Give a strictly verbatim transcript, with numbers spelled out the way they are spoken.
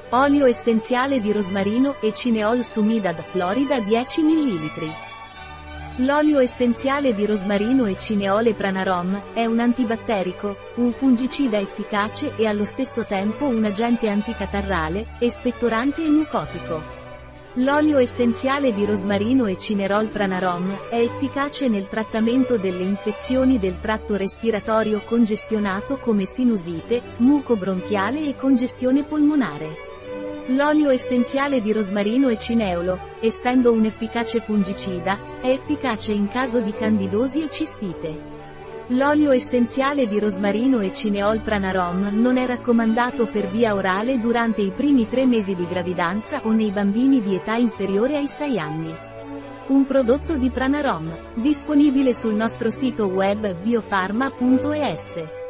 Olio essenziale di rosmarino e cineol Sumidad Florida dieci millilitri. L'olio essenziale di rosmarino e cineole Pranarom è un antibatterico, un fungicida efficace e allo stesso tempo un agente anticatarrale, espettorante e mucotico. L'olio essenziale di rosmarino e cinerol Pranarom è efficace nel trattamento delle infezioni del tratto respiratorio congestionato come sinusite, muco bronchiale e congestione polmonare. L'olio essenziale di rosmarino e cineolo, essendo un efficace fungicida, è efficace in caso di candidosi e cistite. L'olio essenziale di rosmarino e cineol Pranarom non è raccomandato per via orale durante i primi tre mesi di gravidanza o nei bambini di età inferiore ai sei anni. Un prodotto di Pranarom, disponibile sul nostro sito web biofarma punto es.